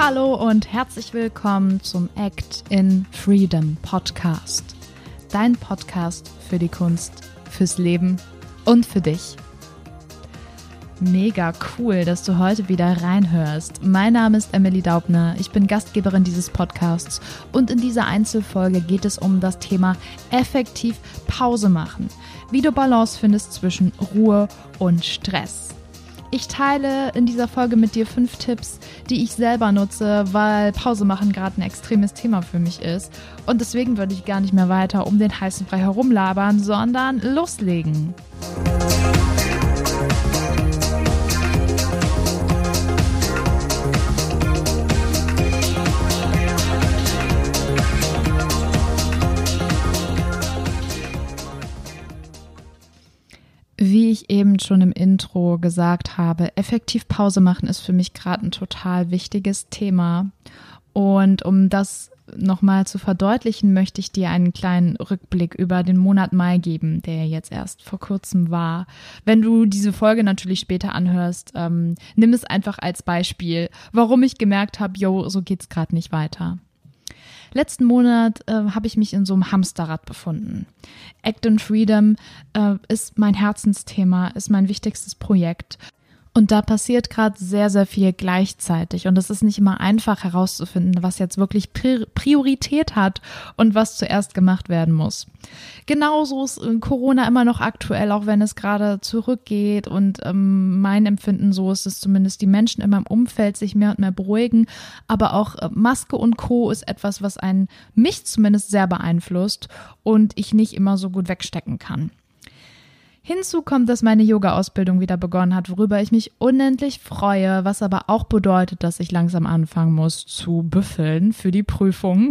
Hallo und herzlich willkommen zum Act in Freedom Podcast. Dein Podcast für die Kunst, fürs Leben und für dich. Mega cool, dass du heute wieder reinhörst. Mein Name ist Emily Daubner, ich bin Gastgeberin dieses Podcasts und in dieser Einzelfolge geht es um das Thema effektiv Pause machen, wie du Balance findest zwischen Ruhe und Stress. Ich teile in dieser Folge mit dir 5 Tipps, die ich selber nutze, weil Pause machen gerade ein extremes Thema für mich ist. Und deswegen würde ich gar nicht mehr weiter um den heißen Brei herumlabern, sondern loslegen. Wie ich eben schon im Intro gesagt habe, effektiv Pause machen ist für mich gerade ein total wichtiges Thema. Und um das nochmal zu verdeutlichen, möchte ich dir einen kleinen Rückblick über den Monat Mai geben, der jetzt erst vor kurzem war. Wenn du diese Folge natürlich später anhörst, nimm es einfach als Beispiel, warum ich gemerkt habe, so geht's gerade nicht weiter. Letzten Monat habe ich mich in so einem Hamsterrad befunden. Act in Freedom ist mein Herzensthema, ist mein wichtigstes Projekt. Und da passiert gerade sehr, sehr viel gleichzeitig. Und es ist nicht immer einfach herauszufinden, was jetzt wirklich Priorität hat und was zuerst gemacht werden muss. Genauso ist Corona immer noch aktuell, auch wenn es gerade zurückgeht. Und mein Empfinden, so ist es zumindest, die Menschen in meinem Umfeld sich mehr und mehr beruhigen. Aber auch Maske und Co. ist etwas, was mich zumindest sehr beeinflusst und ich nicht immer so gut wegstecken kann. Hinzu kommt, dass meine Yoga-Ausbildung wieder begonnen hat, worüber ich mich unendlich freue, was aber auch bedeutet, dass ich langsam anfangen muss zu büffeln für die Prüfung.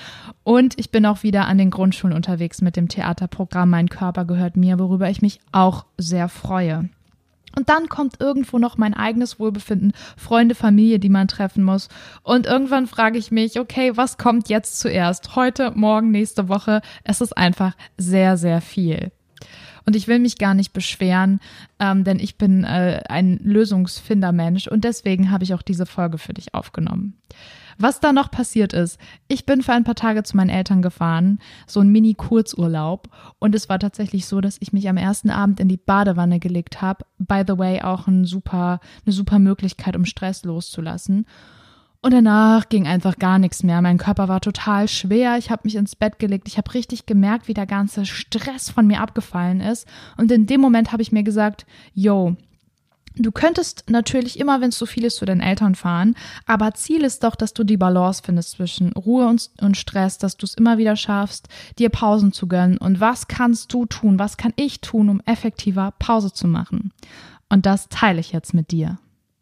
Und ich bin auch wieder an den Grundschulen unterwegs mit dem Theaterprogramm Mein Körper gehört mir, worüber ich mich auch sehr freue. Und dann kommt irgendwo noch mein eigenes Wohlbefinden, Freunde, Familie, die man treffen muss. Und irgendwann frage ich mich, okay, was kommt jetzt zuerst? Heute, morgen, nächste Woche? Es ist einfach sehr, sehr viel. Und ich will mich gar nicht beschweren, denn ich bin ein Lösungsfindermensch und deswegen habe ich auch diese Folge für dich aufgenommen. Was da noch passiert ist, ich bin für ein paar Tage zu meinen Eltern gefahren, so ein Mini-Kurzurlaub, und es war tatsächlich so, dass ich mich am ersten Abend in die Badewanne gelegt habe. By the way, auch eine super Möglichkeit, um Stress loszulassen. Und danach ging einfach gar nichts mehr. Mein Körper war total schwer. Ich habe mich ins Bett gelegt. Ich habe richtig gemerkt, wie der ganze Stress von mir abgefallen ist. Und in dem Moment habe ich mir gesagt, du könntest natürlich immer, wenn es so viel ist, zu deinen Eltern fahren. Aber Ziel ist doch, dass du die Balance findest zwischen Ruhe und Stress, dass du es immer wieder schaffst, dir Pausen zu gönnen. Und was kannst du tun? Was kann ich tun, um effektiver Pause zu machen? Und das teile ich jetzt mit dir.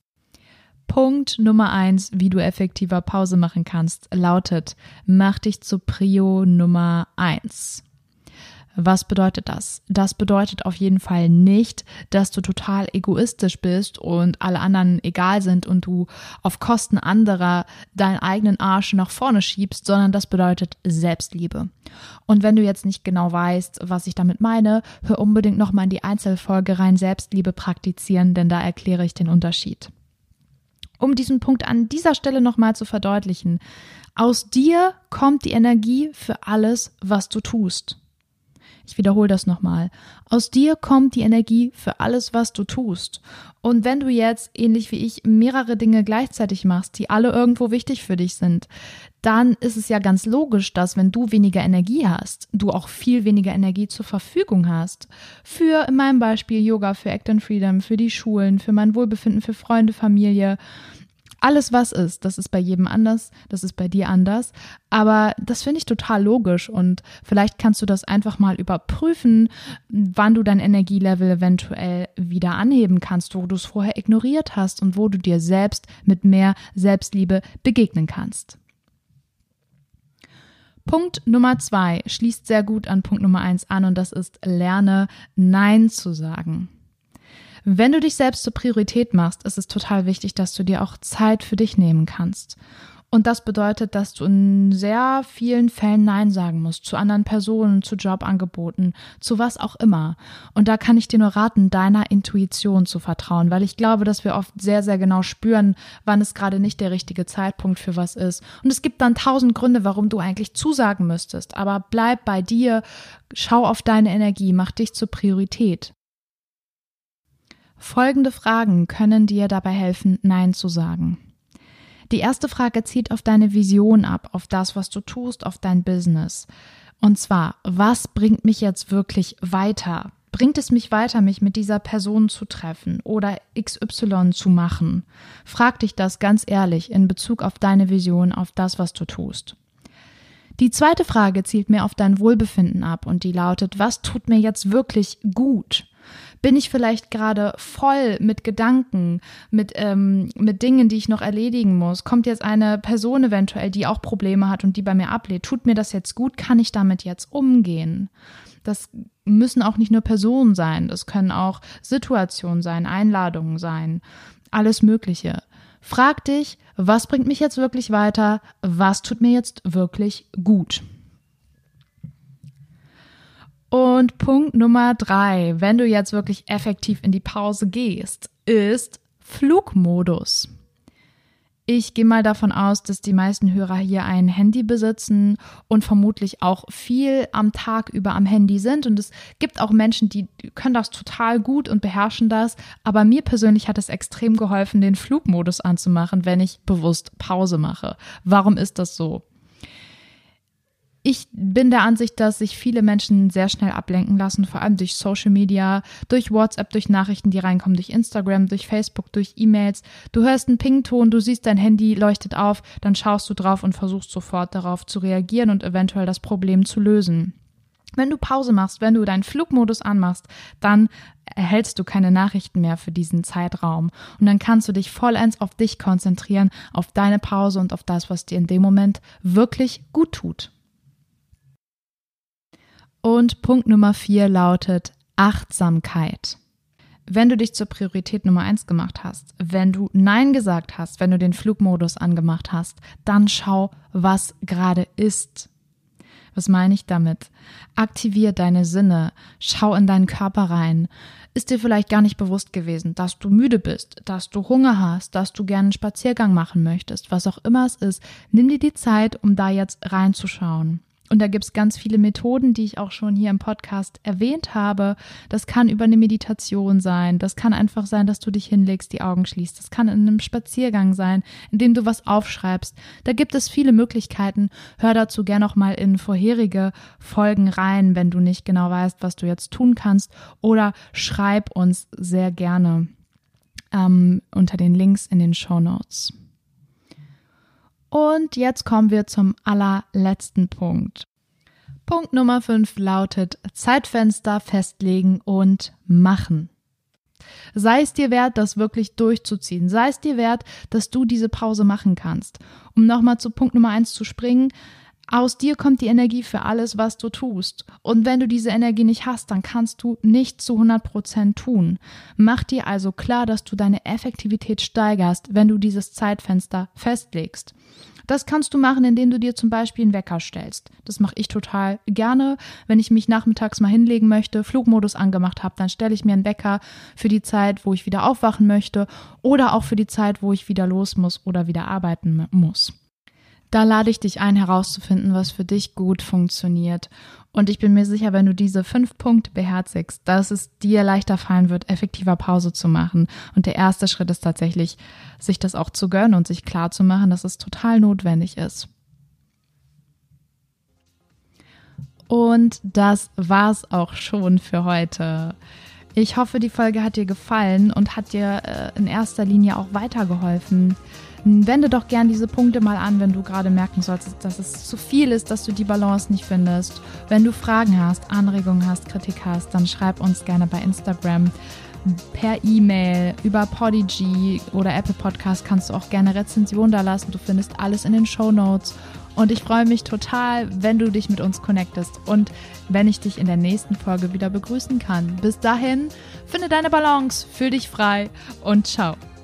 Punkt Nummer 1, wie du effektiver Pause machen kannst, lautet, mach dich zu Prio Nummer 1. Was bedeutet das? Das bedeutet auf jeden Fall nicht, dass du total egoistisch bist und alle anderen egal sind und du auf Kosten anderer deinen eigenen Arsch nach vorne schiebst, sondern das bedeutet Selbstliebe. Und wenn du jetzt nicht genau weißt, was ich damit meine, hör unbedingt nochmal in die Einzelfolge rein, Selbstliebe praktizieren, denn da erkläre ich den Unterschied. Um diesen Punkt an dieser Stelle nochmal zu verdeutlichen, aus dir kommt die Energie für alles, was du tust. Ich wiederhole das nochmal. Aus dir kommt die Energie für alles, was du tust. Und wenn du jetzt, ähnlich wie ich, mehrere Dinge gleichzeitig machst, die alle irgendwo wichtig für dich sind, dann ist es ja ganz logisch, dass wenn du weniger Energie hast, du auch viel weniger Energie zur Verfügung hast. Für, in meinem Beispiel, Yoga, für Act in Freedom, für die Schulen, für mein Wohlbefinden, für Freunde, Familie. Alles, was ist, das ist bei jedem anders, das ist bei dir anders, aber das finde ich total logisch und vielleicht kannst du das einfach mal überprüfen, wann du dein Energielevel eventuell wieder anheben kannst, wo du es vorher ignoriert hast und wo du dir selbst mit mehr Selbstliebe begegnen kannst. Punkt Nummer 2 schließt sehr gut an Punkt Nummer 1 an und das ist, lerne Nein zu sagen. Wenn du dich selbst zur Priorität machst, ist es total wichtig, dass du dir auch Zeit für dich nehmen kannst. Und das bedeutet, dass du in sehr vielen Fällen Nein sagen musst, zu anderen Personen, zu Jobangeboten, zu was auch immer. Und da kann ich dir nur raten, deiner Intuition zu vertrauen, weil ich glaube, dass wir oft sehr, sehr genau spüren, wann es gerade nicht der richtige Zeitpunkt für was ist. Und es gibt dann 1000 Gründe, warum du eigentlich zusagen müsstest. Aber bleib bei dir, schau auf deine Energie, mach dich zur Priorität. Folgende Fragen können dir dabei helfen, Nein zu sagen. Die erste Frage zielt auf deine Vision ab, auf das, was du tust, auf dein Business. Und zwar, was bringt mich jetzt wirklich weiter? Bringt es mich weiter, mich mit dieser Person zu treffen oder XY zu machen? Frag dich das ganz ehrlich in Bezug auf deine Vision, auf das, was du tust. Die zweite Frage zielt mehr auf dein Wohlbefinden ab und die lautet, was tut mir jetzt wirklich gut? Bin ich vielleicht gerade voll mit Gedanken, mit Dingen, die ich noch erledigen muss? Kommt jetzt eine Person eventuell, die auch Probleme hat und die bei mir ablehnt? Tut mir das jetzt gut? Kann ich damit jetzt umgehen? Das müssen auch nicht nur Personen sein, das können auch Situationen sein, Einladungen sein, alles Mögliche. Frag dich, was bringt mich jetzt wirklich weiter? Was tut mir jetzt wirklich gut? Und Punkt Nummer 3, wenn du jetzt wirklich effektiv in die Pause gehst, ist Flugmodus. Ich gehe mal davon aus, dass die meisten Hörer hier ein Handy besitzen und vermutlich auch viel am Tag über am Handy sind. Und es gibt auch Menschen, die können das total gut und beherrschen das. Aber mir persönlich hat es extrem geholfen, den Flugmodus anzumachen, wenn ich bewusst Pause mache. Warum ist das so? Ich bin der Ansicht, dass sich viele Menschen sehr schnell ablenken lassen, vor allem durch Social Media, durch WhatsApp, durch Nachrichten, die reinkommen, durch Instagram, durch Facebook, durch E-Mails. Du hörst einen Ping-Ton, du siehst dein Handy, leuchtet auf, dann schaust du drauf und versuchst sofort darauf zu reagieren und eventuell das Problem zu lösen. Wenn du Pause machst, wenn du deinen Flugmodus anmachst, dann erhältst du keine Nachrichten mehr für diesen Zeitraum. Und dann kannst du dich vollends auf dich konzentrieren, auf deine Pause und auf das, was dir in dem Moment wirklich gut tut. Und Punkt Nummer 4 lautet Achtsamkeit. Wenn du dich zur Priorität Nummer 1 gemacht hast, wenn du Nein gesagt hast, wenn du den Flugmodus angemacht hast, dann schau, was gerade ist. Was meine ich damit? Aktivier deine Sinne, schau in deinen Körper rein. Ist dir vielleicht gar nicht bewusst gewesen, dass du müde bist, dass du Hunger hast, dass du gerne einen Spaziergang machen möchtest, was auch immer es ist. Nimm dir die Zeit, um da jetzt reinzuschauen. Und da gibt es ganz viele Methoden, die ich auch schon hier im Podcast erwähnt habe. Das kann über eine Meditation sein. Das kann einfach sein, dass du dich hinlegst, die Augen schließt. Das kann in einem Spaziergang sein, in dem du was aufschreibst. Da gibt es viele Möglichkeiten. Hör dazu gerne noch mal in vorherige Folgen rein, wenn du nicht genau weißt, was du jetzt tun kannst. Oder schreib uns sehr gerne unter den Links in den Shownotes. Und jetzt kommen wir zum allerletzten Punkt. Punkt Nummer 5 lautet Zeitfenster festlegen und machen. Sei es dir wert, das wirklich durchzuziehen. Sei es dir wert, dass du diese Pause machen kannst. Um nochmal zu Punkt Nummer 1 zu springen, aus dir kommt die Energie für alles, was du tust. Und wenn du diese Energie nicht hast, dann kannst du nicht zu 100% tun. Mach dir also klar, dass du deine Effektivität steigerst, wenn du dieses Zeitfenster festlegst. Das kannst du machen, indem du dir zum Beispiel einen Wecker stellst. Das mache ich total gerne. Wenn ich mich nachmittags mal hinlegen möchte, Flugmodus angemacht habe, dann stelle ich mir einen Wecker für die Zeit, wo ich wieder aufwachen möchte oder auch für die Zeit, wo ich wieder los muss oder wieder arbeiten muss. Da lade ich dich ein, herauszufinden, was für dich gut funktioniert. Und ich bin mir sicher, wenn du diese 5 Punkte beherzigst, dass es dir leichter fallen wird, effektiver Pause zu machen. Und der erste Schritt ist tatsächlich, sich das auch zu gönnen und sich klar zu machen, dass es total notwendig ist. Und das war's auch schon für heute. Ich hoffe, die Folge hat dir gefallen und hat dir in erster Linie auch weitergeholfen. Wende doch gern diese Punkte mal an, wenn du gerade merken solltest, dass es zu viel ist, dass du die Balance nicht findest. Wenn du Fragen hast, Anregungen hast, Kritik hast, dann schreib uns gerne bei Instagram, per E-Mail, über Podigy oder Apple Podcast kannst du auch gerne Rezension da lassen. Du findest alles in den Shownotes. Und ich freue mich total, wenn du dich mit uns connectest und wenn ich dich in der nächsten Folge wieder begrüßen kann. Bis dahin, finde deine Balance, fühl dich frei und ciao.